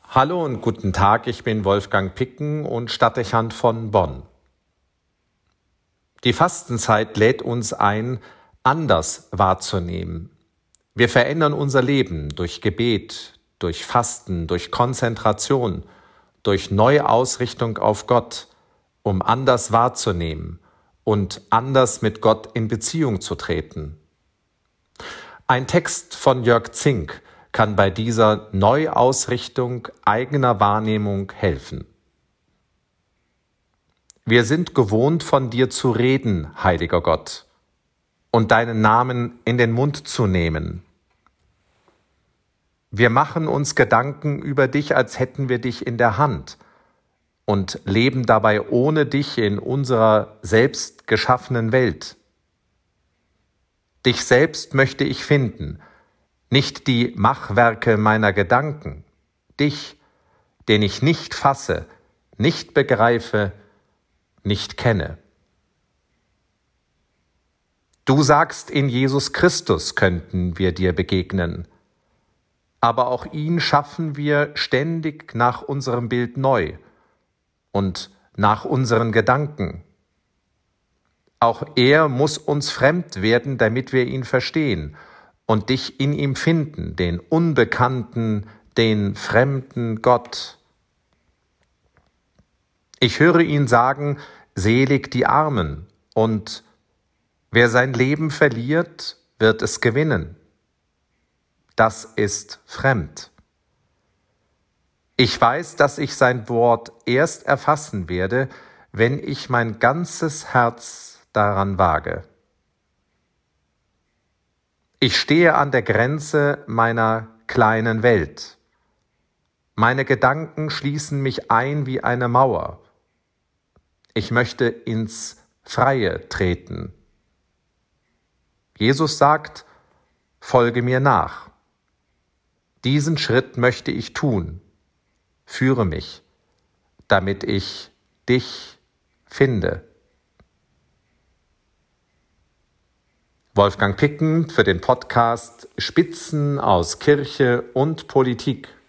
Hallo und guten Tag, ich bin Wolfgang Picken und Stadtdechant von Bonn. Die Fastenzeit lädt uns ein, anders wahrzunehmen. Wir verändern unser Leben durch Gebet, durch Fasten, durch Konzentration, durch Neuausrichtung auf Gott, um anders wahrzunehmen und anders mit Gott in Beziehung zu treten. Ein Text von Jörg Zink kann bei dieser Neuausrichtung eigener Wahrnehmung helfen. Wir sind gewohnt, von dir zu reden, heiliger Gott, und deinen Namen in den Mund zu nehmen. Wir machen uns Gedanken über dich, als hätten wir dich in der Hand und leben dabei ohne dich in unserer selbst geschaffenen Welt. Dich selbst möchte ich finden, nicht die Machwerke meiner Gedanken, dich, den ich nicht fasse, nicht begreife, nicht kenne. Du sagst, in Jesus Christus könnten wir dir begegnen, aber auch ihn schaffen wir ständig nach unserem Bild neu und nach unseren Gedanken. Auch er muss uns fremd werden, damit wir ihn verstehen und dich in ihm finden, den unbekannten, den fremden Gott. Ich höre ihn sagen, selig die Armen, und wer sein Leben verliert, wird es gewinnen. Das ist fremd. Ich weiß, dass ich sein Wort erst erfassen werde, wenn ich mein ganzes Herz daran wage. Ich stehe an der Grenze meiner kleinen Welt. Meine Gedanken schließen mich ein wie eine Mauer. Ich möchte ins Freie treten. Jesus sagt, folge mir nach. Diesen Schritt möchte ich tun. Führe mich, damit ich dich finde. Wolfgang Picken für den Podcast Spitzen aus Kirche und Politik.